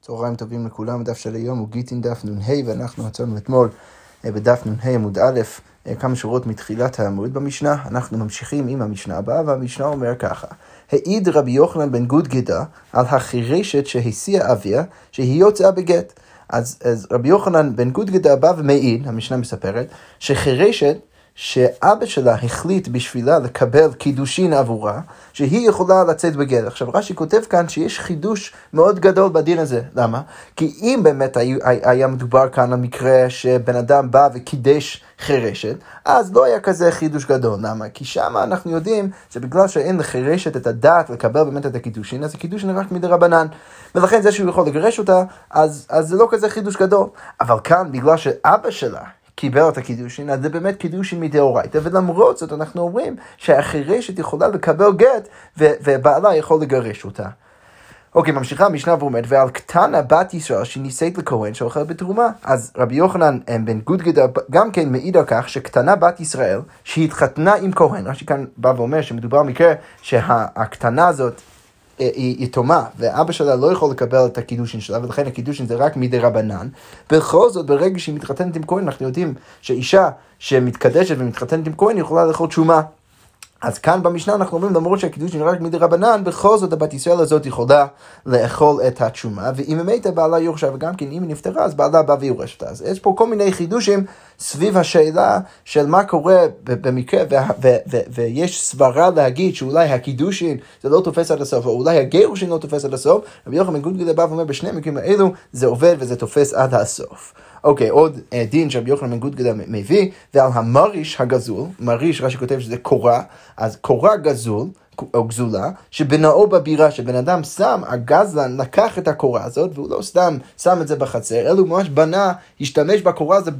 צהריים טובים לכולם, הדף של היום הוא גיטין דף נ"ה, ואנחנו עצרנו אתמול בדף נ"ה עמוד א', כמה שורות מתחילת העמוד במשנה. אנחנו ממשיכים עם המשנה הבאה, והמשנה אומר ככה: העיד רבי יוחנן בן גודגדה על החירשת שהסיעה אביה שהיא יוצאה בגט. אז רבי יוחנן בן גודגדה בא ומעיד, המשנה מספרת, שחירשת שאבא שלה החליט בשבילה לקבל קידושין עבורה, שהיא יכולה לצאת בגט. עכשיו רש"י כותב כאן שיש חידוש מאוד גדול בדין הזה. למה? כי אם באמת היה מדובר כאן על מקרה שבן אדם בא וקידש חירשת, אז לא היה כזה חידוש גדול. למה? כי שם אנחנו יודעים שבגלל שאין לחירשת את הדעת לקבל באמת את הקידושין, אז הקידושין רק מדרבנן. ולכן זה שהוא יכול לגרש אותה, אז זה לא כזה חידוש גדול. אבל כאן בגלל שאבא שלה קיבל את הקידושין, אז זה באמת קידושין מדאורייתא, ולמרות זאת אנחנו אומרים שהחירשת יכולה לקבל גט, ובעלה יכול לגרש אותה. אוקיי, ממשיכה המשנה ואומרת, ועל קטנה בת ישראל שנישאת לכהן שאוכל בתרומה. אז רבי יוחנן בן גודגדה גם כן מעיד על כך שקטנה בת ישראל שהתחתנה עם כהן. רש"י כאן בא ואומר שמדובר על מקרה שהקטנה הזאת היא יתומה, ואבא שלה לא יכול לקבל את הקידושין שלה, ולכן הקידושין זה רק מדרבנן. בכל זאת, ברגע שהיא מתחתנת עם כהן, אנחנו יודעים שאישה שמתקדשת ומתחתנת עם כהן יכולה לאכול תשומה. אז כאן במשנה אנחנו אומרים, למרות שהקידושין רק מדרבנן, בכל זאת הבת ישראל הזאת יכולה לאכול את התשומה, ואם היא מתה בעלה יורשה, וגם כן אם היא נפטרה, אז בעלה בא ויורש אותה. אז יש פה כל מיני חידושים סביב השאלה של מה קורה במקרה, ויש סברה להגיד שאולי הקידושין זה לא תופס עד הסוף, או אולי הגירושין לא תופס עד הסוף. רבי יוחנן בן גודגדה בא ואומר, בשני המקרים האלו זה עובד וזה תופס עד הסוף. אוקיי, עוד דין שרבי יוחנן בן גודגדה מביא, ועל המריש הגזול, מריש רש"י כותב שזה קורה, אז קורה גזול, או גזולה, שבנאו בבירה, שבן אדם שם, הגזלן לקח את הקורה הזאת, והוא לא סתם שם את זה בחצר, אלא הוא ממש בנה, השתמש בקורה הזאת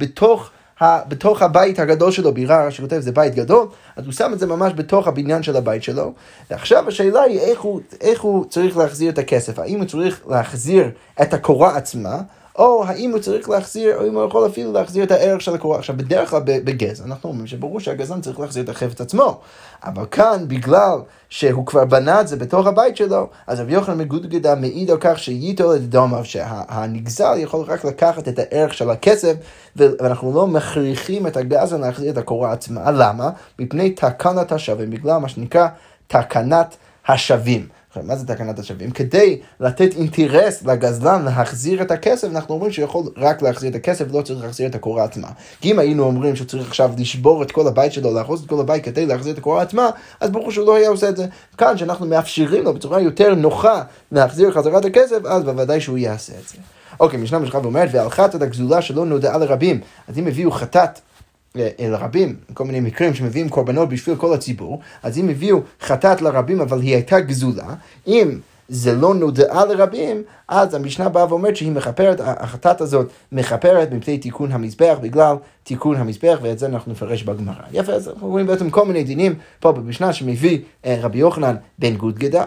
בתוך הבית הגדול שלו, בירה שכותב זה בית גדול, אז הוא שם את זה ממש בתוך הבניין של הבית שלו. ועכשיו השאלה היא איך הוא צריך להחזיר את הכסף, האם הוא צריך להחזיר את הקורה עצמה, או האם הוא צריך להחזיר, או אם הוא יכול אפילו להחזיר את הערך של הקורה. עכשיו בדרך כלל בגז, אנחנו אומרים שברור שהגזלן צריך להחזיר את החפץ עצמו, אבל כאן בגלל שהוא כבר בנה את זה בתוך הבית שלו, אז רבי יוחנן בן גודגדה מעיד על כך שייטול את דומיו, שהנגזל יכול רק לקחת את הערך של הכסף, ואנחנו לא מכריחים את הגזלן להחזיר את הקורה עצמה. למה? מפני תקנת השווים, בגלל מה שנקרא תקנת השווים. מה זה תקנת השווים? כדי לתת אינטרס לגזלן להחזיר את הכסף, אנחנו אומרים שיכול רק להחזיר את הכסף ולא צריך להחזיר את הקורה עצמה. כי אם היינו אומרים שהוא צריך עכשיו לשבור את כל הבית שלו, להחוז את כל הבית כדי להחזיר את הקורה עצמה, אז ברור שהוא לא היה עושה את זה. כאן שאנחנו מאפשרים לו בצורה יותר נוחה להחזיר חזרת הכסף, אז בוודאי שהוא יעשה את זה. אוקיי, משנה משכה ואומרת, ועל חטאת הגזולה שלא נודעה לרבים. אז אם הביאו חטאת אל רבים, כל מיני מקרים שמביאים קורבנות בשביל כל הציבור, אז אם הביאו חטאת לרבים אבל היא הייתה גזולה, אם זה לא נודעה לרבים, אז המשנה באה ואומרת שהיא מחפרת, החטאת הזאת מחפרת מפני תיקון המזבח, בגלל תיקון המזבח, ואת זה אנחנו נפרש בגמרא. יפה, אז אנחנו רואים בעצם כל מיני דינים פה במשנה שמביא רבי יוחנן בן גודגדה,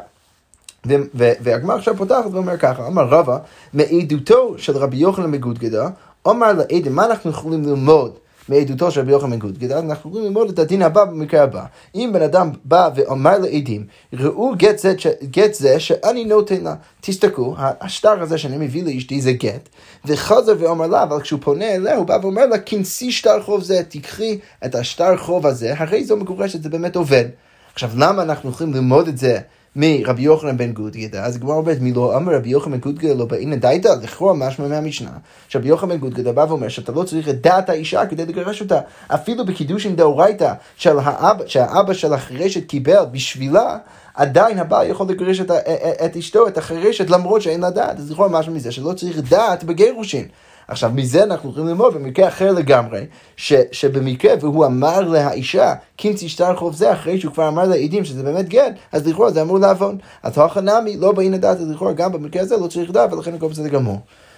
והגמרא עכשיו פותחת ואומר ככה, אמר רבא, מעדותו של רבי יוחנן בן גודגדה, אמר לעדים, מה אנחנו יכולים ללמוד מעדותו של רבי יוחנן בן גודגדה? אנחנו יכולים ללמוד את הדין הבא במקרה הבא. אם בן אדם בא ואומר לעדים, ראו גט זה שאני נותן לה, תסתכלו, השטר הזה שאני מביא לאשתי זה גט, וחזר ואומר לה, אבל כשהוא פונה אליה, הוא בא ואומר לה, כנסי שטר חוב זה, תקחי את השטר חוב הזה, הרי זו מגורשת, זה באמת עובד. עכשיו, למה אנחנו יכולים ללמוד את זה מרבי יוחנן בן גודגדה? אז כבר אומרת, מלא אמר רבי יוחנן בן גודגדה לא באין דייתא, לכאורה משמע מהמשנה שרבי יוחנן בן גודגדה בא ואומר שאתה לא צריך את דעת האישה כדי לגרש אותה, אפילו בקידושין דאורייתא שהאבא של החירשת קיבל בשבילה, עדיין הבעל יכול לגרש את אשתו, את החירשת, למרות שאין לה דעת. אז לכאורה משמע מזה שלא צריך דעת בגירושין. עכשיו, מזה אנחנו יכולים ללמוד במקרה אחר לגמרי, שבמקרה והוא אמר לאישה, כנסי שטר חוב זה, אחרי שהוא כבר אמר לעדים שזה באמת גט, אז לכאורה זה אמור לעבוד. אז הכנמי לא באין הדעת, אז לכאורה גם במקרה הזה לא צריך דעת, ולכן הכל בסדר גמור.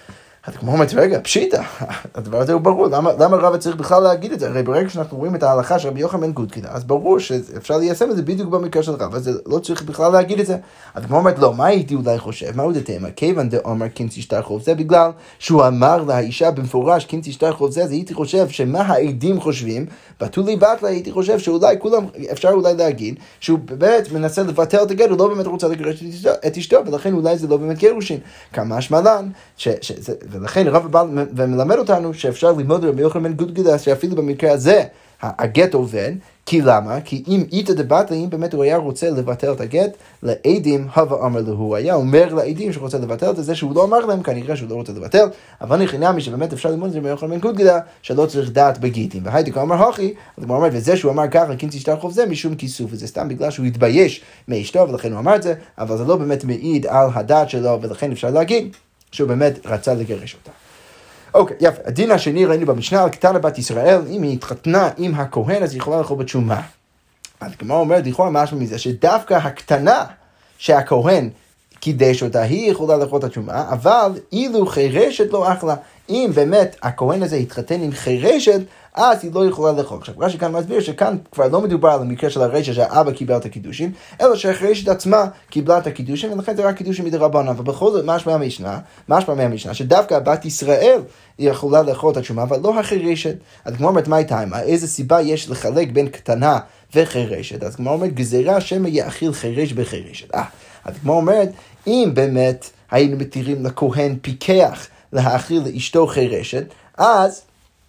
אז כמו אומרת, רגע, פשיטה, הדבר הזה הוא ברור, למה רבא צריך בכלל להגיד את זה? הרי ברגע שאנחנו רואים את ההלכה של רבי יוחנן בן גודקדה, אז ברור שאפשר ליישם את זה בדיוק במקרה של רבא, אז לא צריך בכלל להגיד את זה. אז כמו אומרת, לא, מה הייתי אולי חושב? מה הוא דתמה? כיוון דאמר קינצי שטר חוב, זה בגלל שהוא אמר לאישה במפורש, קינצי שטר חוב זה, אז הייתי חושב שמה העדים חושבים, בתולי בתלה הייתי חושב שאולי כולם, אפשר אולי להגיד, שהוא באמת מנסה לבטל את הגט, הוא לא באמת רוצה לגרש את אשתו, ולכן אולי זה לא באמת גירושין. כמה שמלן, ולכן רב בא ומלמד אותנו שאפשר ללמוד רבי יוחנן בן גודקדה שאפילו במקרה הזה הגט עובד, כי למה? כי אם איתא דבתלה, אם באמת הוא היה רוצה לבטל את הגט, לעדים הווה אמר לו, הוא היה אומר לעדים שהוא רוצה לבטל את זה, שהוא לא אמר להם, כנראה שהוא לא רוצה לבטל, אבל נכנמי שבאמת אפשר ללמוד את רבי יוחנן בן גודקדה, שלא צריך דעת בגיטים. והייתי כאמר הכי, וזה שהוא אמר ככה, קינצי שטר חוב זה משום כיסוף, וזה סתם בגלל שהוא התבייש מאשתו, ולכן הוא אמר את זה, אבל זה לא באמת מעיד על הדעת שלו, ולכן אפשר להגיד שהוא באמת רצה לגרש אותה. אוקיי, יפה. הדין השני ראינו במשנה על קטנה בת ישראל, אם היא התחתנה עם הכהן, אז היא יכולה לאכול בתשומה. אז כמו אומרת, לכאורה משהו מזה, שדווקא הקטנה שהכהן קידש אותה, היא יכולה לאכול את התשומה, אבל אילו חירשת לא אכלה. אם באמת הכהן הזה התחתן עם חירשת, אז היא לא יכולה לאכול. עכשיו, רש"י כאן מסביר שכאן כבר לא מדובר על המקרה של הרשע שהאבא קיבל את הקידושים, אלא שהחירשת עצמה קיבלה את הקידושים, ולכן זה רק קידושים מדרבנן. אבל בכל זאת, משמע מהמשנה, שדווקא בת ישראל היא יכולה לאכול את התשומה, אבל לא החירשת. אז כמו אומרת, מה הייתה? איזה סיבה יש לחלק בין קטנה וחירשת? אז כמו אומרת, גזירה שמא יאכיל חירש בחירשת. אז כמו אומרת, אם באמת היינו מתירים לכהן פיקח להאכיל לאשתו חירשת, אז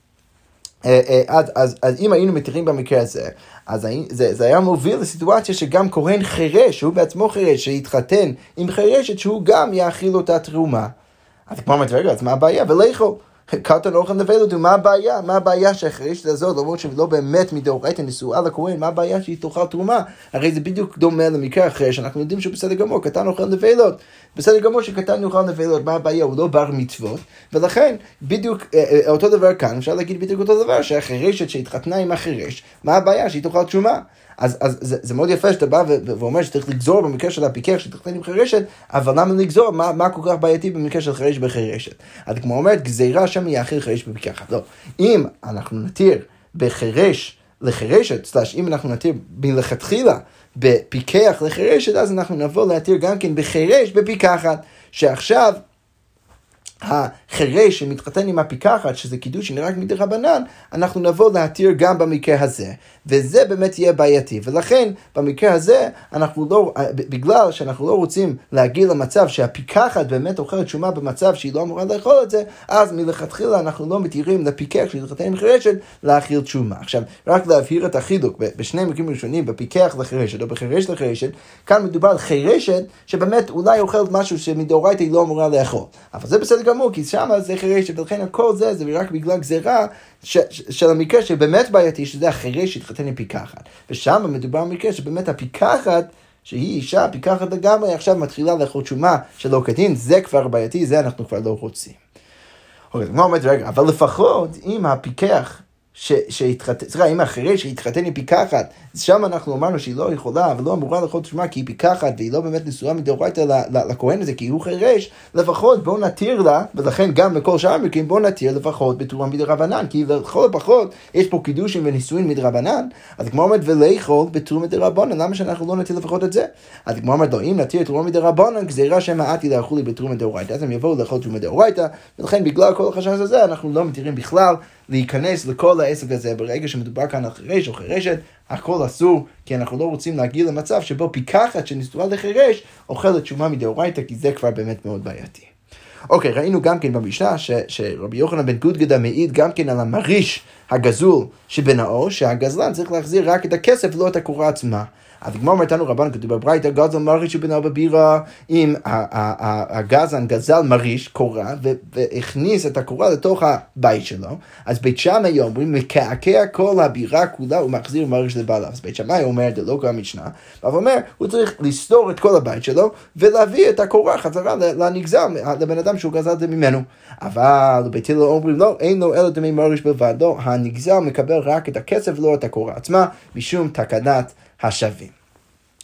אם היינו מתירים במקרה הזה, אז זה היה מוביל לסיטואציה שגם כהן חירש, שהוא בעצמו חירש, שהתחתן עם חירשת, שהוא גם יאכיל אותה תרומה. אז כמו אומרת, רגע, אז מה הבעיה? ולאכול. קטן אוכל נבלות, מה הבעיה? מה הבעיה שהחירשת הזאת, למרות שלא באמת מדאורייתא נשואה לכהן, מה הבעיה שהיא תאכל תרומה? הרי זה בדיוק דומה למקרה אחר, שאנחנו יודעים שהוא בסדר גמור, קטן אוכל נבלות. בסדר גמור שקטן יאכל נבלות, מה הבעיה? הוא לא בר מצוות, ולכן בדיוק אותו דבר כאן, אפשר להגיד בדיוק אותו דבר, שהחירשת שהתחתנה עם החירש, מה הבעיה? שהיא תאכל תרומה. אז זה מאוד יפה שאתה בא ואומר שצריך לגזור במקרה של הפיקח שתחתן עם חירשת, אבל למה לגזור? מה כל כך בעייתי במקרה של חירש בחירשת? אז כמו אומרת, גזירה שם יאכיל חירש בפיקח. לא, אם אנחנו נתיר בחירש לחירשת, אם אנחנו נתיר מלכתחילה בפיקח לחירשת, אז אנחנו נבוא להתיר גם כן בחירש בפיקחת, שעכשיו החירש שמתחתן עם הפיקחת, שזה קידושין רק מדרבנן, אנחנו נבוא להתיר גם במקרה הזה. וזה באמת יהיה בעייתי. ולכן, במקרה הזה, אנחנו לא, בגלל שאנחנו לא רוצים להגיע למצב שהפיקחת באמת אוכלת שומה במצב שהיא לא אמורה לאכול את זה, אז מלכתחילה אנחנו לא מתירים לפיקח שמתחתן עם חירשת להאכיל שומה. עכשיו, רק להבהיר את החילוק, בשני מקרים ראשונים, בפיקח לחירשת או בחירש לחירשת, כאן מדובר על חירשת שבאמת אולי אוכלת משהו שמדאורייתא היא לא אמורה לאכול. אבל זה בסדר גמור, כי שם זה חירשת, ולכן הכל זה רק בגלל גזירה של המקרה שבאמת בעייתי, שזה החירש שהתחתן עם פיקחת. ושם מדובר במקרה שבאמת הפיקחת, שהיא אישה, הפיקחת לגמרי, עכשיו מתחילה לאכול שומה שלא כדין, זה כבר בעייתי, זה אנחנו כבר לא רוצים. אוקיי, מה אומרת רגע? אבל לפחות אם הפיקח אם החירש שהתחתן עם פיקחת, שם אנחנו אמרנו שהיא לא יכולה ולא אמורה לאכול תשומה כי היא פיקחת והיא לא באמת נשואה מדאורייתא לכהן הזה כי הוא חירש, לפחות בואו נתיר לה, ולכן גם בכל שאר המקרים בואו נתיר לפחות בתרומה מדרבנן, כי לכל הפחות יש פה קידושים ונישואין מדרבנן, אז כמו אומרת ולאכול בתרומה מדרבנן, למה שאנחנו לא נתיר לפחות את זה? אז כמו אומרת לו, אם נתיר תרומה מדרבנן, גזירה שמא עתי לאכולי בתרומה מדאורייתא, אז הם יבואו לאכול תרומה מדאורייתא, ולכן בגלל כל החשש הזה אנחנו לא מתירים בכלל להיכנס לכל העסק הזה, ברגע שמדובר כאן על חירש או חירשת, הכל אסור, כי אנחנו לא רוצים להגיע למצב שבו פיקחת שנשואה לחירש, אוכלת שומה מדאורייתא, כי זה כבר באמת מאוד בעייתי. אוקיי, ראינו גם כן במשנה, שרבי יוחנן בן גודקדה מעיד גם כן על המריש הגזול שבנאו, שהגזלן צריך להחזיר רק את הכסף, לא את הקורה עצמה. אז כמו אומרתנו רבן כתוב בברייתא, גזל מריש שבנאו בבירה, אם הגזלן גזל מריש קורה, והכניס את הקורה לתוך הבית שלו, אז בית שמאי אומרים, מקעקע כל הבירה כולה ומחזיר מריש לבעליו. אז בית שמאי אומר, זה לא גם משנה, אבל אומר, הוא צריך לסתור את כל הבית שלו, ולהביא את הקורה חזרה לנגזל, לבן אדם שהוא גזל את זה ממנו. אבל בית הלל אומרים, לא, אין לו אלא דמי מריש בלבד, לא, הנגזל מקבל רק את הכסף, לא את הקורה עצמה, משום תקנת השבים.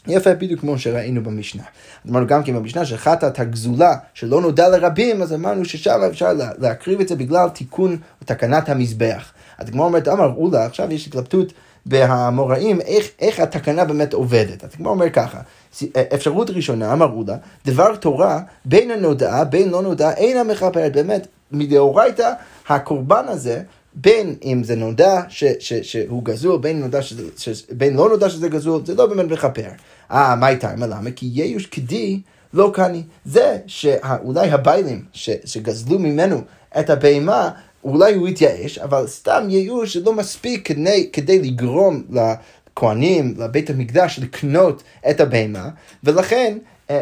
יפה, בדיוק כמו שראינו במשנה. אמרנו גם כן במשנה שחטאת הגזולה שלא נודע לרבים, אז אמרנו ששם אפשר להקריב את זה בגלל תיקון תקנת המזבח. אז כמו אומרת, אמרו לה, עכשיו יש התלבטות בהאמוראים, איך התקנה באמת עובדת. אז כמו אומר ככה, אפשרות ראשונה, אמרו לה, דבר תורה בין הנודעה, בין לא נודעה, אינה מכפרת. באמת, מדאורייתא, הקורבן הזה, בין אם זה נודע שהוא גזול, בין לא נודע שזה גזול, זה לא באמת מכפר. מה הייתה? למה? כי ייאוש כדי לא קני. זה שאולי הביילים שגזלו ממנו את הבהמה, אולי הוא יתייאש, אבל סתם ייאוש שלא מספיק כדי לגרום לכהנים, לבית המקדש, לקנות את הבהמה, ולכן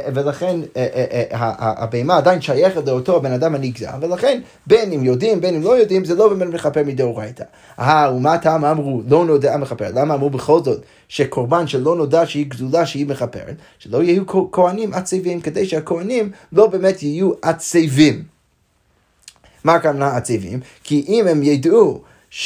הבהמה עדיין שייכת לאותו הבן אדם הנגזל, ולכן בין אם יודעים, בין אם לא יודעים, זה לא באמת מכפר מדאורייתא. ומה טעם אמרו לא נודע מכפר? למה אמרו בכל זאת שקורבן שלא נודע שהיא גזולה שהיא מכפרת? שלא יהיו כהנים עצבים, כדי שהכהנים לא באמת יהיו עצבים. מה הכוונה עצבים? כי אם הם ידעו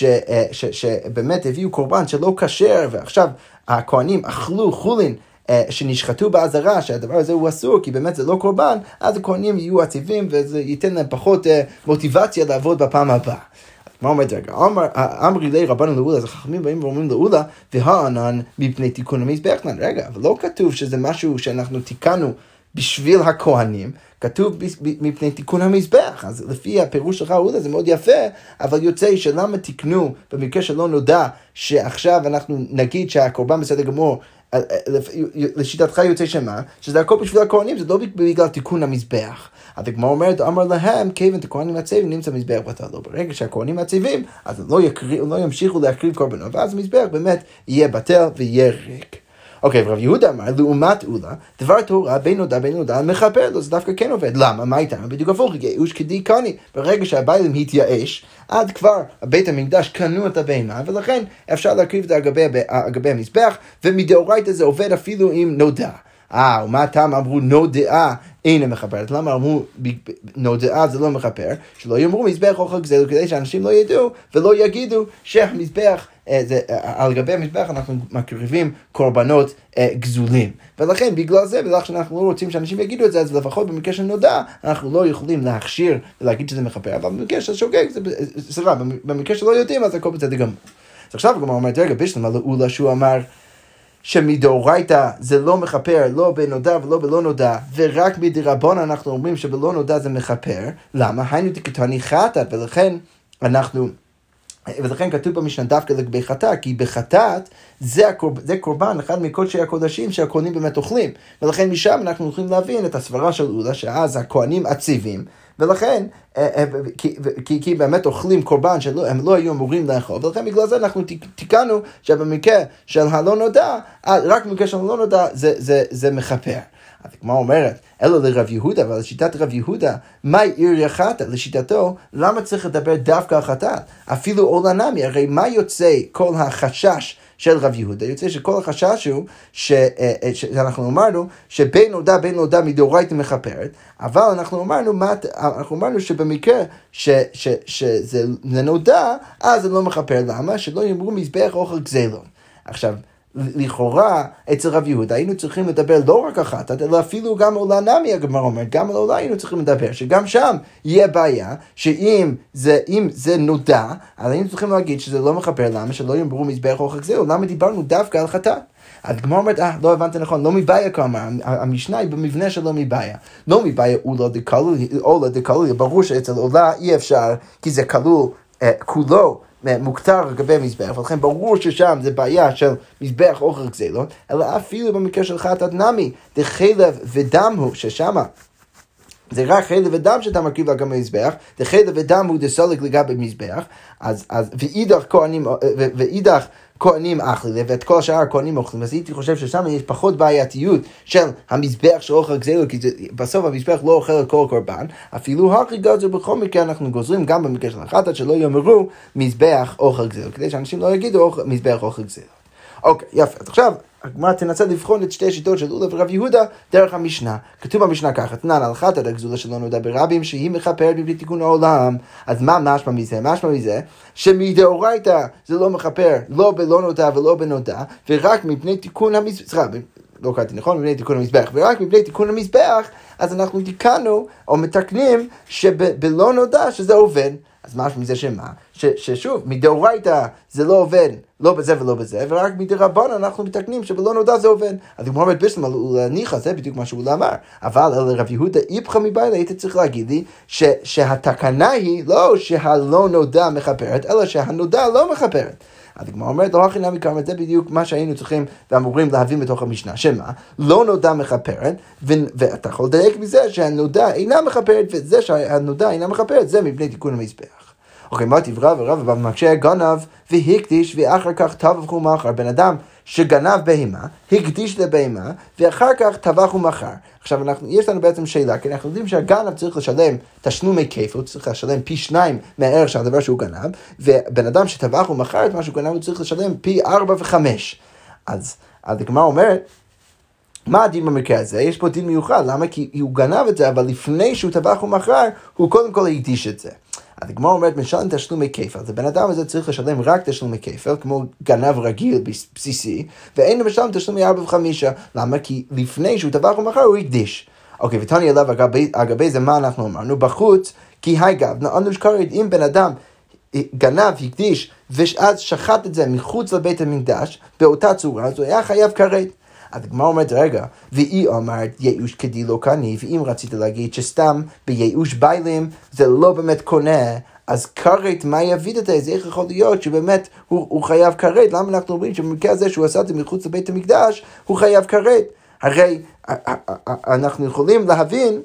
שבאמת הביאו קורבן שלא כשר, ועכשיו הכהנים אכלו חולין שנשחטו בעזרה, שהדבר הזה הוא אסור, כי באמת זה לא קורבן, אז הכהנים יהיו עצבים, וזה ייתן להם פחות מוטיבציה לעבוד בפעם הבאה. מה אומרת רגע? אמרי לי רבנו לאולה, אז החכמים באים ואומרים לאולה, והענן מפני תיקון המזבח. רגע, אבל לא כתוב שזה משהו שאנחנו תיקנו בשביל הכהנים, כתוב מפני תיקון המזבח. אז לפי הפירוש שלך, אולה, זה מאוד יפה, אבל יוצא שלמה תיקנו במקרה שלא נודע, שעכשיו אנחנו נגיד שהקורבן בסדר גמור, לשיטתך יוצא שמה, שזה הכל בשביל הכהנים, זה לא בגלל תיקון המזבח. אז הגמרא אומרת, אמר להם, כיוון הכהנים עצבים, נמצא מזבח בטל. ברגע שהכהנים עצבים, אז הם לא ימשיכו להקריב קורבנות, ואז המזבח באמת יהיה בטל ויהיה ריק. אוקיי, ורב יהודה אמר, לעומת אולה, דבר תורה בין נודע מכפר לו, זה דווקא כן עובד. למה? מה איתם? בדיוק הפוך, ייאוש כדי קני. ברגע שהביילים התייאש, עד כבר בית המקדש קנו את הבהמה, ולכן אפשר להקריב את זה על גבי המזבח, ומדאורייתא זה עובד אפילו אם נודע. ומה הטעם אמרו נודעה אינה מכפרת? למה אמרו נודעה זה לא מכפר? שלא יאמרו מזבח אוכל גזל, כדי שאנשים לא ידעו ולא יגידו שהמזבח, על גבי המזבח אנחנו מקריבים קורבנות גזולים. ולכן בגלל זה, ולכן שאנחנו לא רוצים שאנשים יגידו את זה, אז לפחות במקרה של נודע, אנחנו לא יכולים להכשיר ולהגיד שזה מכפר, אבל במקרה של שוגג, סליחה, במקרה שלא יודעים, אז הכל בצדק גמור. אז עכשיו גם אומרת, רגע, בשלמה לאולה שהוא אמר, שמדאורייתא זה לא מכפר, לא בנודע ולא בלא נודע, ורק מדרבנן אנחנו אומרים שבלא נודע זה מכפר. למה? היינו דקתני חטאת, ולכן כתוב במשנה דווקא לגבי חטאת, כי בחטאת זה קורבן, אחד מקודשי הקודשים שהכהנים באמת אוכלים, ולכן משם אנחנו יכולים להבין את הסברה של אולה, שאז הכהנים עצבים, ולכן, כי באמת אוכלים קורבן שהם לא היו אמורים לאכול, ולכן בגלל זה אנחנו תיקנו שבמקרה של הלא נודע, רק במקרה של הלא נודע זה מכפר. אז כמו אומרת, אלא לרב יהודה, אבל לשיטת רב יהודה, מה עיר יחת? לשיטתו, למה צריך לדבר דווקא על חטאת? אפילו עולה נמי, הרי מה יוצא כל החשש של רב יהודה? יוצא שכל החשש הוא שאנחנו אמרנו שבין נודע מדאורייתא מכפרת, אבל אנחנו אמרנו שבמקרה שזה נודע, אז זה לא מכפר. למה? שלא יאמרו מזבח אוכל גזלון. עכשיו, לכאורה, אצל רב יהודה היינו צריכים לדבר לא רק אחת, אלא אפילו גם עולה נמי, הגמרא אומרת, גם על עולה היינו צריכים לדבר, שגם שם יהיה בעיה, שאם זה נודע, אז היינו צריכים להגיד שזה לא מכפר. למה? שלא יאמרו מזבח אוכל גזלון. למה דיברנו דווקא על חטאת? הגמרא אומרת, לא הבנת נכון, לא מבעיה כמה, המשנה היא במבנה שלא מבעיה. לא מבעיה עולה דקלול, ברור שאצל עולה אי אפשר, כי זה כלול כולו, מוכתר לגבי מזבח, ולכן ברור ששם זה בעיה של מזבח אוכל גזלון, אלא אפילו במקרה של חטאת נמי, דחלב ודם הוא, ששמה זה רק חלב ודם שאתה מרכיב לגבי מזבח, דחלב ודם הוא דסולק לגבי מזבח, ואידך כהנים אכלים, ואת כל השאר הכהנים אוכלים, אז הייתי חושב ששם יש פחות בעייתיות של המזבח של אוכל גזלון, כי בסוף המזבח לא אוכל את כל קורבן, אפילו הכי גזל בכל מקרה אנחנו גוזרים גם במקרה של החטאת, שלא יאמרו מזבח אוכל גזלון, כדי שאנשים לא יגידו מזבח אוכל גזלון. אוקיי, יפה. עכשיו, הגמרא תנסה לבחון את שתי שיטות של אולה ורב יהודה דרך המשנה. כתוב במשנה ככה, תנן על חטאת הגזולה שלא נודע ברבים, שהיא מכפרת בלי תיקון העולם. אז מה משמע מזה? משמע מזה שמדאורייתא זה לא מכפר, לא בלא נודע ולא בנודע, ורק מפני תיקון המזבח. לא קראתי נכון, מפני תיקון המזבח, ורק מפני תיקון המזבח, אז אנחנו תיקנו או מתקנים שבלא נודע שזה עובד. אז משהו מזה שמה? ששוב, מדאורייתא זה לא עובד, לא בזה ולא בזה, ורק מדרבנן אנחנו מתקנים שבלא נודע זה עובד. אז הגמרא אומרת בשלמה, להניחא, זה בדיוק מה שהוא אמר. אבל לרב יהודה איפכא מבעילא, היית צריך להגיד לי שהתקנה היא לא שהלא נודע מכפרת, אלא שהנודע לא מכפרת. אז הגמרא אומרת, לא הכי נמי כמה, זה בדיוק מה שהיינו צריכים ואמורים להבין בתוך המשנה. שמה? לא נודע מכפרת, ואתה יכול לדייק מזה שהנודע אינה מכפרת, וזה שהנודע אינה מכפרת, זה מפני תיקון המזבח. אוקיי, מה תברא ורב במקשה גנב והקדיש, ואחר כך טבח ומכר. בן אדם שגנב בהמה, הקדיש לבהמה, ואחר כך טבח ומכר. עכשיו, יש לנו בעצם שאלה, כי אנחנו יודעים שהגנב צריך לשלם תשלומי כפל, צריך לשלם פי 2 מהערך של הדבר שהוא גנב, ובן אדם שטבח ומכר את מה שהוא גנב, הוא צריך לשלם פי 4 ו-5. אז הגמרא אומרת, מה הדין במקרה הזה? יש פה דין מיוחד, למה? כי הוא גנב את זה, אבל לפני שהוא טבח ומכר, הוא קודם כל הקדיש את זה. אז הגמרא אומרת, משלם תשלומי כפל, אז הבן אדם הזה צריך לשלם רק תשלומי כפל, כמו גנב רגיל בסיסי, ואין משלם תשלומי 4 ו-5. למה? כי לפני שהוא טבח ומכר, הוא הקדיש. אוקיי, ותני אליו, אגבי זה מה אנחנו אמרנו? בחוץ, כי היי גב, אנוש כרת, אם בן אדם גנב, הקדיש, ואז שחט את זה מחוץ לבית המקדש, באותה צורה, אז הוא היה חייב כרת. אז הגמרא אומרת, רגע, והיא אומרת, ייאוש כדי לא קני, ואם רצית להגיד שסתם בייאוש ביילים, זה לא באמת קונה, אז כרת, מה יביד את זה? איך יכול להיות שבאמת הוא חייב כרת? למה אנחנו אומרים שבמקרה הזה שהוא עשה את זה מחוץ לבית המקדש, הוא חייב כרת? הרי אנחנו יכולים להבין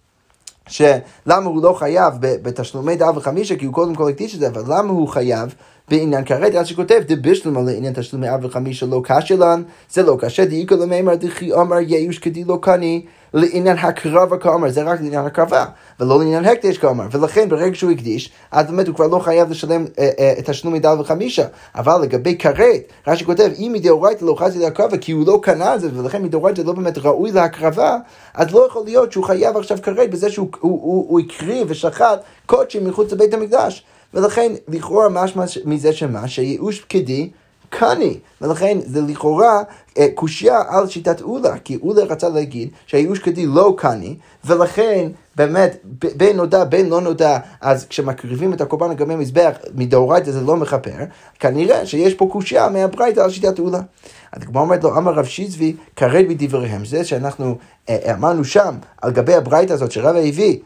שלמה הוא לא חייב בתשלומי דאב וחמישה, כי הוא קודם כל הקדיש את זה, אבל למה הוא חייב בעניין כרת? אז שכותב, דבישלמה לעניין תשלומי דאב וחמישה לא קשה לן, זה לא קשה, דאיקה למימר דכי אמר ייאוש כדי לא קני, לעניין הקרבה כאמר, זה רק לעניין הקרבה, ולא לעניין הקדש כאמר, ולכן ברגע שהוא הקדיש, אז באמת הוא כבר לא חייב לשלם את תשלומי דאב וחמישה, אבל לגבי כרת, רש"י כותב, אם מדאורייתא לא חייב להקרבה, כי הוא לא קנה את זה, ולכן מדאורייתא לא באמת ראוי להקרבה, אז לא יכול להיות שהוא חייב עכשיו כרת, בזה שהוא הקריב ושחט קודשים מחוץ לבית המקדש. ולכן לכאורה משמע מזה שמה, שייאוש פקידי קני, ולכן זה לכאורה קושיה על שיטת אולה, כי אולה רצה להגיד שהייאוש פקידי לא קני, ולכן באמת בין נודע בין לא נודע, אז כשמקריבים את הקורבן לגבי מזבח מדאורייתא זה לא מכפר, כנראה שיש פה קושיה מהברייתא על שיטת אולה. אז כמו אומרת לו, אמר רב שיזבי כרת בדבריהם, זה שאנחנו אמרנו שם על גבי הברייתא הזאת שרבא הביא,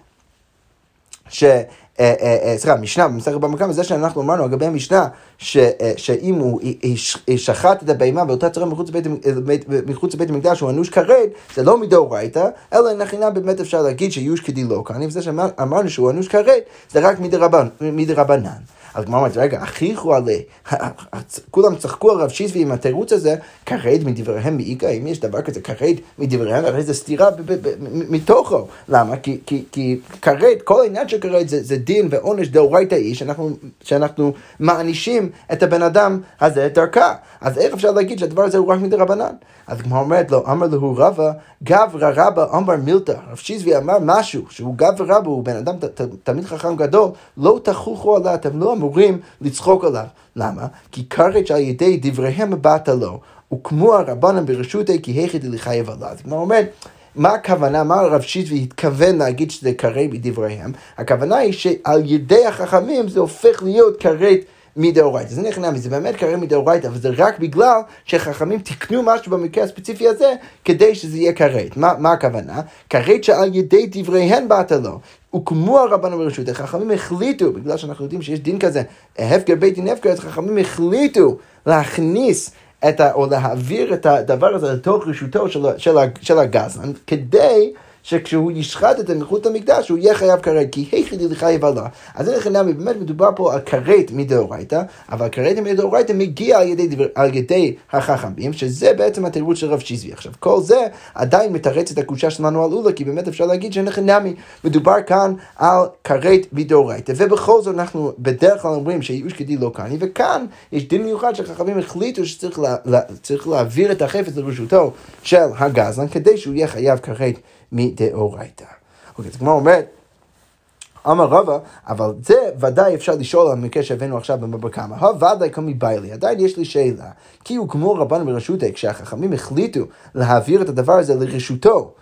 משנה, במסכת במקום הזה שאנחנו אמרנו לגבי המשנה, שאם הוא שחט את הבהמה באותה צורה מחוץ לבית המקדש, הוא אנוש כרת, זה לא מדאורייתא, אלא נכונה באמת אפשר להגיד שיוש כדי לא כאן, וזה שאמרנו שהוא אנוש כרת, זה רק מדרבנן. אז כמו אמרת, רגע, הכיחו עלי, כולם צחקו על רב שיזבי עם התירוץ הזה, כרת מדבריהם מאיקה, אם יש דבר כזה, כרת מדבריהם, הרי זה סתירה מתוכו. למה? כי כרת, כל העניין של כרת זה דין ועונש דאורייתאי, שאנחנו מענישים את הבן אדם הזה דרכה. אז איך אפשר להגיד שהדבר הזה הוא רק מדרבנן? אז כמו אומרת לו, אמר לו רבא, גברא רבא אמר מילתא, רב שיזבי אמר משהו, שהוא גברא רבא, הוא בן אדם תמיד חכם גדול, לא תחוכו עליו, אתם לא אמורים לצחוק עליו. למה? כי כרת שעל ידי דבריהם באת לו, וכמו הרבנן ברשותי כי היכי דלחייב עליו. אז כמו אומרת, מה הכוונה? מה הרב שיזבי התכוון להגיד שזה כרת מדבריהם? הכוונה היא שעל ידי החכמים זה הופך להיות כרת מדאורייתא. זה נכנע, זה באמת כרת מדאורייתא, אבל זה רק בגלל שחכמים תקנו משהו במקרה הספציפי הזה, כדי שזה יהיה כרת. מה הכוונה? כרת שעל ידי דבריהם באת לו. וכמו הרבנן ברשות, החכמים החליטו, בגלל שאנחנו יודעים שיש דין כזה, הפקר בית דין הפקר, אז החכמים החליטו להכניס או להעביר את הדבר הזה לתוך רשותו של הגזלן, כדי שכשהוא ישחט את זה מחוץ למקדש, הוא יהיה חייב כרת, כי היחידי לחייב עליו. אז זה נכנע, באמת מדובר פה על כרת מדאורייתא, אבל כרת מדאורייתא מגיע על ידי החכמים, שזה בעצם התירוץ של רב שיזבי. עכשיו, כל זה עדיין מתרץ את הקושה שלנו על אולה, כי באמת אפשר להגיד שנכנעמי, מדובר כאן על כרת מדאורייתא, ובכל זאת אנחנו בדרך כלל אומרים שייאוש כדי לא קני, וכאן יש דין מיוחד שהחכמים החליטו שצריך להעביר את החפץ לרשותו של הגזלן, כדי שהוא יהיה חייב כרת מדאורייתא. אוקיי, אז כמו אומרת, אמר רבא, אבל זה ודאי אפשר לשאול על מקרה שהבאנו עכשיו בבבא קמא. ודאי כמי ביילי, עדיין יש לי שאלה, כי הוא כמו רבן ברשותי, כשהחכמים החליטו להעביר את הדבר הזה לרשותו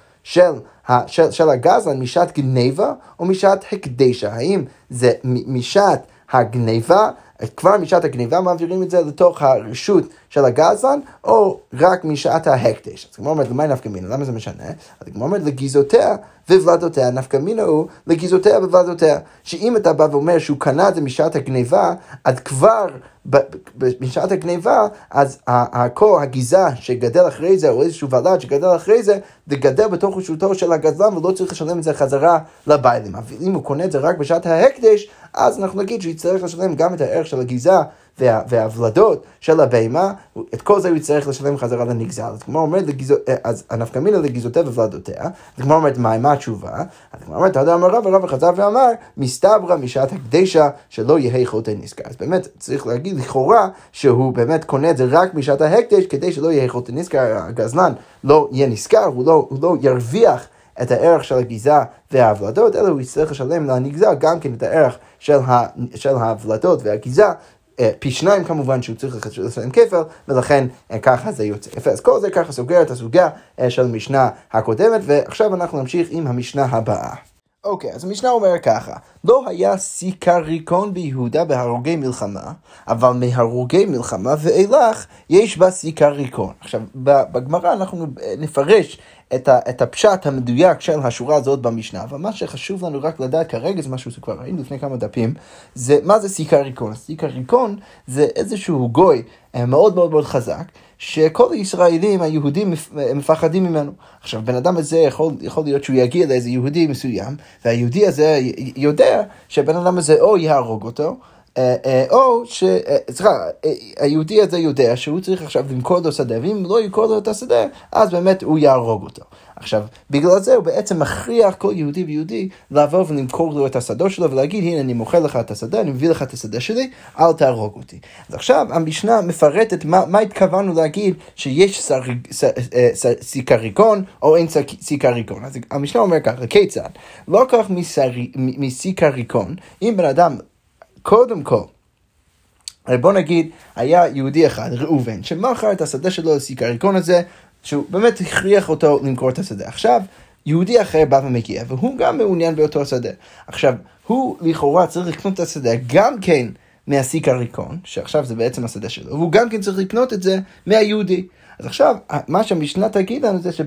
של הגזלן משעת גניבה או משעת הקדשה. האם זה משעת הגניבה, כבר משעת הגניבה מעבירים את זה לתוך הרשות של הגזלן, או רק משעת ההקדש? אז כמו אומרת, למה נפקא מינה? למה זה משנה? אז כמו אומרת, לגיזותיה ובלדותיה, נפקא מינה הוא לגיזותיה ובלדותיה. שאם אתה בא ואומר שהוא קנה את זה משעת הגניבה, אז כבר משעת הגניבה, אז הגיזה שגדל אחרי זה, או איזשהו ולד שגדל אחרי זה, זה גדל בתוך רשותו של הגזלן, ולא צריך לשלם את זה חזרה לבעלים. אבל אם הוא קונה את זה רק בשעת ההקדש, אז אנחנו נגיד שהוא יצטרך לשלם גם את הערך של הגיזה והוולדות של הבהמה, את כל זה הוא יצטרך לשלם חזרה לנגזל. אז כמו אומרת, אז הנפקא מינה לגיזותיה וולדותיה, אז כמו אומרת, מה התשובה? אז כמו אומרת, אתה אמר רב חזר ואמר, מסתברא משעת הקדשה שלא יהא חוטא נזכר. אז באמת צריך להגיד לכאורה שהוא באמת קונה את זה רק משעת ההקדש, כדי שלא יהא חוטא נזכר, הגזלן לא יהיה נזכר, הוא לא ירוויח את הערך של הגיזה והוולדות, אלא הוא יצטרך לשלם לנגזל גם כן את הערך של הוולדות והגיזה, פי 2 כמובן שהוא צריך לשלם כפל, ולכן ככה זה יוצא. אז כל זה ככה סוגר את הסוגיה של המשנה הקודמת, ועכשיו אנחנו נמשיך עם המשנה הבאה. אוקיי, אז המשנה אומר ככה, לא היה סיקריקון ביהודה בהרוגי מלחמה, אבל מהרוגי מלחמה ואילך יש בה סיקריקון. עכשיו, בגמרא אנחנו נפרש את הפשט המדויק של השורה הזאת במשנה, אבל מה שחשוב לנו רק לדעת כרגע, זה משהו שכבר ראינו לפני כמה דפים, זה מה זה סיקריקון. סיקריקון זה איזשהו גוי מאוד מאוד מאוד חזק, שכל הישראלים היהודים מפחדים ממנו. עכשיו, בן אדם הזה יכול להיות שהוא יגיע לאיזה יהודי מסוים, והיהודי הזה יודע שבן אדם הזה או יהרוג אותו, או היהודי הזה יודע שהוא צריך עכשיו למכור לו שדה, ואם לא ימכור לו את השדה, אז באמת הוא יהרוג אותו. עכשיו, בגלל זה הוא בעצם מכריח כל יהודי ויהודי לבוא ולמכור לו את השדה שלו, ולהגיד, הנה אני מוכר לך את השדה, אני מביא לך את השדה שלי, אל תהרוג אותי. אז עכשיו המשנה מפרטת מה התכוונו להגיד שיש סיקריקון או אין סיקריקון. אז המשנה אומר ככה, כיצד? לא כך מסיקריקון, אם בן אדם קודם כל, בוא נגיד, היה יהודי אחד, ראובן, שמכר את השדה שלו לסיקריקון הזה, שהוא באמת הכריח אותו למכור את השדה. עכשיו, יהודי אחר בא ומגיע, והוא גם מעוניין באותו השדה. עכשיו, הוא לכאורה צריך לקנות את השדה גם כן מהסיקריקון, שעכשיו זה בעצם השדה שלו, והוא גם כן צריך לקנות את זה מהיהודי. אז עכשיו, מה שהמשנה תגיד לנו זה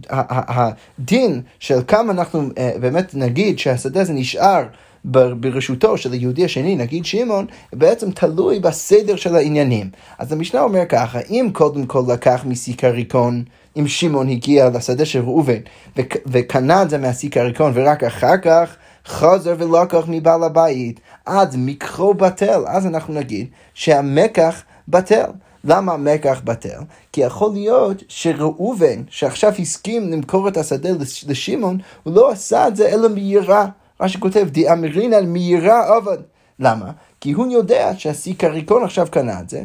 שהדין של כמה אנחנו באמת נגיד שהשדה הזה נשאר ברשותו של היהודי השני, נגיד שמעון, בעצם תלוי בסדר של העניינים. אז המשנה אומר ככה, אם קודם כל לקח מסיקריקון, אם שמעון הגיע לשדה של ראובן, וקנה את זה מהסיקריקון, ורק אחר כך חזר ולקח מבעל הבית, אז מקרו בטל, אז אנחנו נגיד שהמקח בטל. למה המקח בטל? כי יכול להיות שראובן, שעכשיו הסכים למכור את השדה לשמעון, הוא לא עשה את זה אלא מיראה. מה שכותב, די אמרינא מיראה עבד. למה? כי הוא יודע שהסיקריקון עכשיו קנה את זה,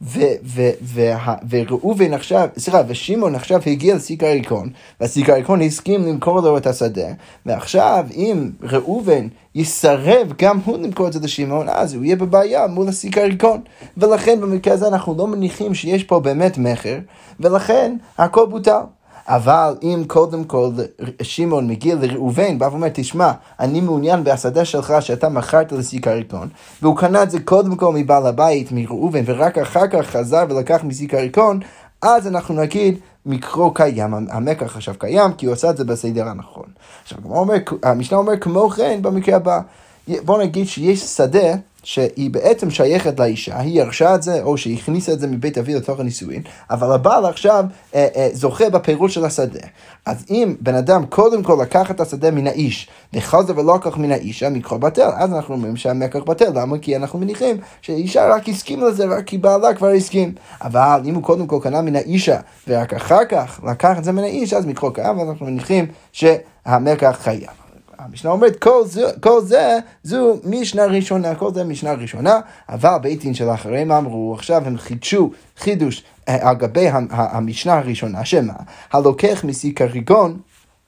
וראובן עכשיו, ושמעון עכשיו הגיע לסיקריקון, והסיקריקון הסכים למכור לו את השדה, ועכשיו אם ראובן יסרב גם הוא למכור את זה לשמעון, אז הוא יהיה בבעיה מול הסיקריקון. ולכן במקרה הזה אנחנו לא מניחים שיש פה באמת מחר, ולכן הכל בוטל. אבל אם קודם כל שמעון מגיע לראובן, בא ואומר, תשמע, אני מעוניין בהשדה שלך שאתה מכרת לסיקריקון, והוא קנה את זה קודם כל מבעל הבית, מראובן, ורק אחר כך חזר ולקח מסיקריקון, אז אנחנו נגיד, מקרו קיים, המקח עכשיו קיים, כי הוא עשה את זה בסדר הנכון. עכשיו, המשנה אומר, כמו כן, במקרה הבא, בוא נגיד שיש שדה, שהיא בעצם שייכת לאישה, היא ירשה את זה, או שהיא הכניסה את זה מבית אבי לתוך הנישואין, אבל הבעל עכשיו זוכה בפירוט של השדה. אז אם בן אדם קודם כל לקח את השדה מן האיש, וחזר ולקח מן האישה, מקרו בטל, אז אנחנו אומרים שהמקח בטל. למה? כי אנחנו מניחים שהאישה רק הסכים לזה, רק כי בעלה כבר הסכים. אבל אם הוא קודם כל קנה מן האישה, ורק אחר כך לקח את זה מן האיש, אז מקרו קיים, ואנחנו מניחים שהמקח חייב. המשנה אומרת, כל זה, זו משנה ראשונה, כל זה משנה ראשונה, אבל בית דין של אחריהם אמרו, עכשיו הם חידשו חידוש על גבי המשנה הראשונה, שמה, הלוקח מסיקריקון,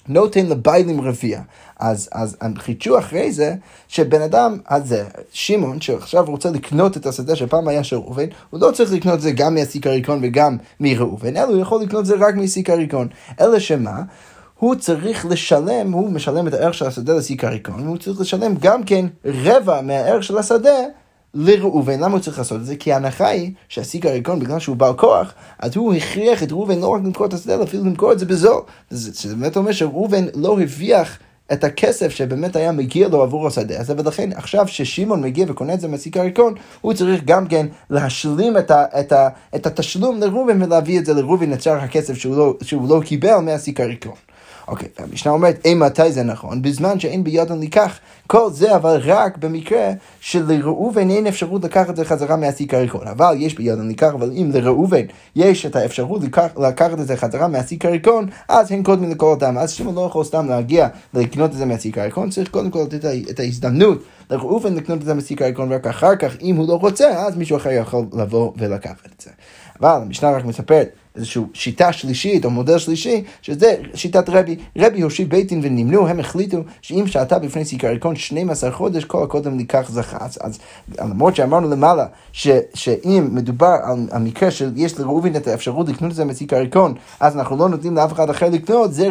נותן לביילים רביע. אז הם חידשו אחרי זה, שבן אדם הזה, שמעון, שעכשיו רוצה לקנות את השדה שפעם היה של ראובן, הוא לא צריך לקנות את זה גם מהסיקריקון וגם מראובן, אלא הוא יכול לקנות את זה רק מסיקריקון. אלא שמה? הוא צריך לשלם, הוא משלם את הערך של השדה לסיקריקון, והוא צריך לשלם גם כן רבע מהערך של השדה לראובן. למה הוא צריך לעשות את זה? כי ההנחה היא שהסיקריקון, בגלל שהוא בעל כוח, אז הוא הכריח את ראובן לא רק למכור את השדה, אפילו למכור את זה בזול. זה באמת אומר שראובן לא הרוויח את הכסף שבאמת היה מגיע לו עבור השדה הזה, ולכן עכשיו ששמעון מגיע וקונה את זה מהסיקריקון, הוא צריך גם כן להשלים את התשלום לראובן ולהביא את זה לראובן את שאר הכסף שהוא לא קיבל מהסיקריקון. אוקיי, והמשנה אומרת, מתי זה נכון? בזמן שאין בידן לקח. כל זה אבל רק במקרה שלראובן אין אפשרות לקחת את זה חזרה מהסיקריקון. אבל יש בידן לקח, אבל אם לראובן יש את האפשרות לקחת את זה חזרה מהסיקריקון, אז הם קודמים לכל אדם. אז שמעון לא יכול סתם להגיע לקנות את זה מהסיקריקון, צריך קודם כל לתת את ההזדמנות לראובן לקנות את זה מהסיקריקון, רק אחר כך, אם הוא לא רוצה, אז מישהו אחר יכול לבוא ולקחת את זה. אבל המשנה רק מספרת איזושהי שיטה שלישית או מודל שלישי, שזה שיטת רבי הושיב בית דין ונמנו, הם החליטו שאם שעתה בפני סיקריקון 12 חודש, כל הקודם לקח זכץ. אז למרות שאמרנו למעלה, שאם מדובר על המקרה שיש לראובן את האפשרות לקנות את זה מסיקריקון, אז אנחנו לא נותנים לאף אחד אחר לקנות, זה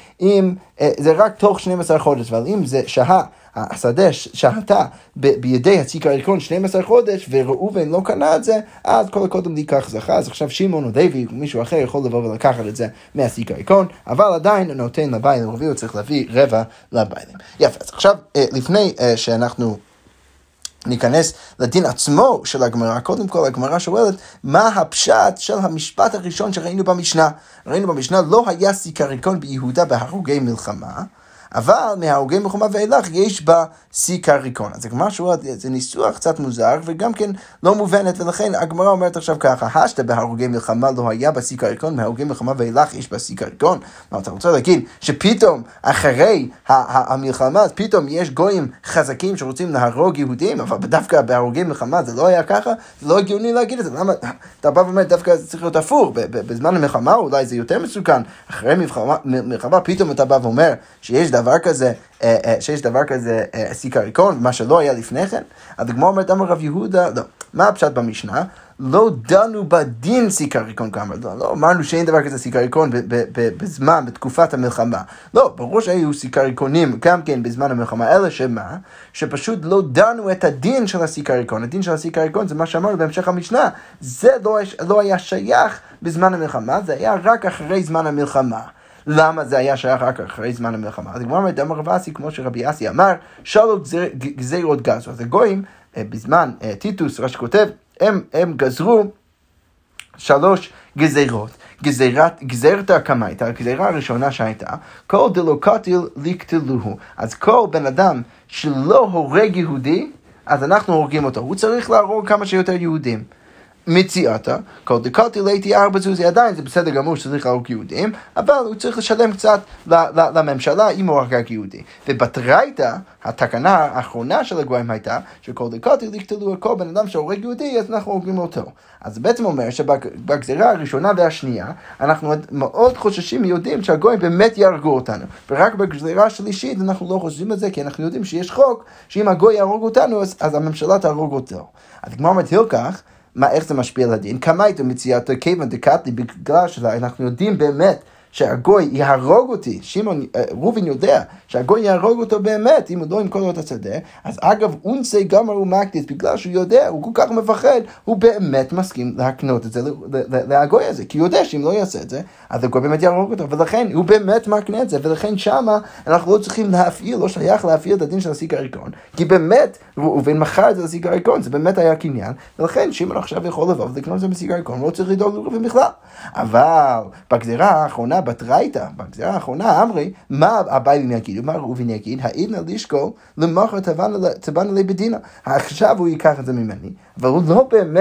רק תוך 12 חודש, אבל אם זה השדה שהתה בידי הסיקריקון 12 חודש, וראובן לא קנה את זה, אז כל הקודם לקח זכה. אז עכשיו שמעון או לוי, מישהו אחר יכול לבוא ולקחת את זה מהסיקריקון, אבל עדיין נותן לביילים רביע, הוא צריך להביא רבע לביילים. יפה, אז עכשיו לפני שאנחנו ניכנס לדין עצמו של הגמרא, קודם כל הגמרא שואלת, מה הפשט של המשפט הראשון שראינו במשנה? ראינו במשנה, לא היה סיקריקון ביהודה בהרוגי מלחמה, אבל מההרוגי מלחמה ואילך יש בה סיקריקון. אז הגמרא שואלת, זה ניסוח קצת מוזר וגם כן לא מובנת, ולכן הגמרא אומרת עכשיו ככה, השתא בהרוגי מלחמה לא היה בה סיקריקון, מההרוגי מלחמה ואילך יש בה סיקריקון. מה אתה רוצה להגיד? שפתאום אחרי המלחמה, פתאום יש גויים חזקים שרוצים להרוג יהודים, אבל דווקא בהרוגי מלחמה זה לא היה ככה, זה לא הגיוני להגיד את זה. למה? אתה בא ואומר, דווקא זה צריך להיות הפוך, בזמן המלחמה אולי זה יותר מסוכן, אחרי מלחמה פתאום אתה בא ואומר שיש דבר כזה סיקריקון, מה שלא היה לפני כן. אז הגמרא אומרת, אמר רב יהודה, לא. מה הפשט במשנה? לא דנו בדין סיקריקון כאמר. לא אמרנו שאין דבר כזה סיקריקון בזמן, בתקופת המלחמה. לא, ברור שהיו סיקריקונים גם כן בזמן המלחמה, אלא שמה? שפשוט לא דנו את הדין של הסיקריקון. הדין של הסיקריקון זה מה שאמרנו בהמשך המשנה. זה לא היה שייך בזמן המלחמה, זה היה רק אחרי זמן המלחמה. למה זה היה שייך רק אחרי זמן המלחמה? אז הגמרא אומרת, אמר רב אסי, כמו שרבי אסי אמר, שלוש גזירות גזרו. אז הגויים, בזמן טיטוס, רש"י כותב, הם גזרו 3 גזירות. גזירת הקמייתא, הגזירה הראשונה שהייתה, כל דלא קטיל לקטלוהו. אז כל בן אדם שלא הורג יהודי, אז אנחנו הורגים אותו. הוא צריך להרוג כמה שיותר יהודים. מציאתה, כל דקתי ליתי 4 זוזי, עדיין זה בסדר גמור שצריך להרוג יהודים, אבל הוא צריך לשלם קצת לממשלה אם הוא הורג יהודי. ובתרייתא, התקנה האחרונה של הגויים הייתה, שכל דקתי לקטלו כל בן אדם שהורג יהודי, אז אנחנו הורגים אותו. אז זה בעצם אומר שבגזירה הראשונה והשנייה, אנחנו מאוד חוששים מיהודים שהגויים באמת יהרגו אותנו. ורק בגזירה השלישית אנחנו לא חושבים את זה, כי אנחנו יודעים שיש חוק, שאם הגוי יהרוג אותנו, אז הממשלה תהרוג אותו. אז כמו מתחיל כך, איך זה משפיע על הדין? כמה הייתה מציאת כיוון דקטלי, בגלל שאנחנו יודעים באמת שהגוי יהרוג אותי, שמעון, ראובן יודע שהגוי יהרוג אותו באמת, אם הוא לא ימכור לו את השדה, אז אגב, אונסי גמר ומקדיס, בגלל שהוא יודע, הוא כל כך מפחד, הוא באמת מסכים להקנות את זה להגוי הזה, כי הוא יודע שאם לא יעשה את זה, אז הגוי באמת יהרוג אותו, ולכן הוא באמת מקנה את זה, ולכן שמה אנחנו לא צריכים להפעיל, לא שייך להפעיל את הדין של הסיקריקון, כי באמת ראובן מכר את זה לסיקריקון, זה באמת היה קניין, ולכן שמעון עכשיו יכול לבוא ולקנות את זה בסיקריקון, לא צריך לדאוג לראובן בכלל. אבל בגזירה האחרונה, בתרייתא, בגזירה האחרונה, אמרי, מה הביילים יגידו, מה ראובן יגיד, העידנא לשקול למחר תבענה לי בדינה. עכשיו הוא ייקח את זה ממני, אבל הוא לא באמת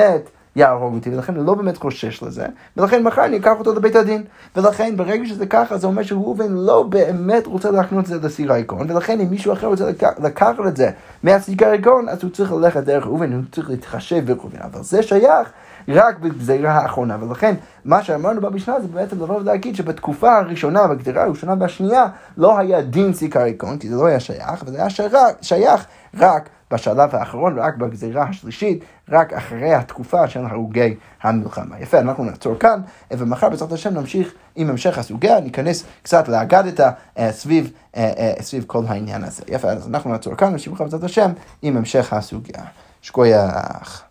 יהרוג אותי, ולכן הוא לא באמת חושש לזה, ולכן מחר אני אקח אותו לבית הדין. ולכן ברגע שזה ככה, זה אומר שראובן לא באמת רוצה להקנות את זה לסיר העיקרון, ולכן אם מישהו אחר רוצה לקחת את זה מהסיר העיקרון, אז הוא צריך ללכת דרך ראובן, הוא צריך להתחשב בראובן, אבל זה שייך רק בגזירה האחרונה. ולכן מה שאמרנו במשנה זה בעצם לבוא ולהגיד שבתקופה הראשונה, בגזירה הראשונה והשנייה, לא היה דין סיר העיקרון, כי זה לא היה שייך, וזה היה שייך רק בשלב האחרון, רק בגזירה השלישית, רק אחרי התקופה של הרוגי המלחמה. יפה, אנחנו נעצור כאן, ומחר בעזרת השם נמשיך עם המשך הסוגיה, ניכנס קצת לאגדתא סביב כל העניין הזה. יפה, אז אנחנו נעצור כאן, נמשיך בעזרת השם עם המשך הסוגיה. שכוייח.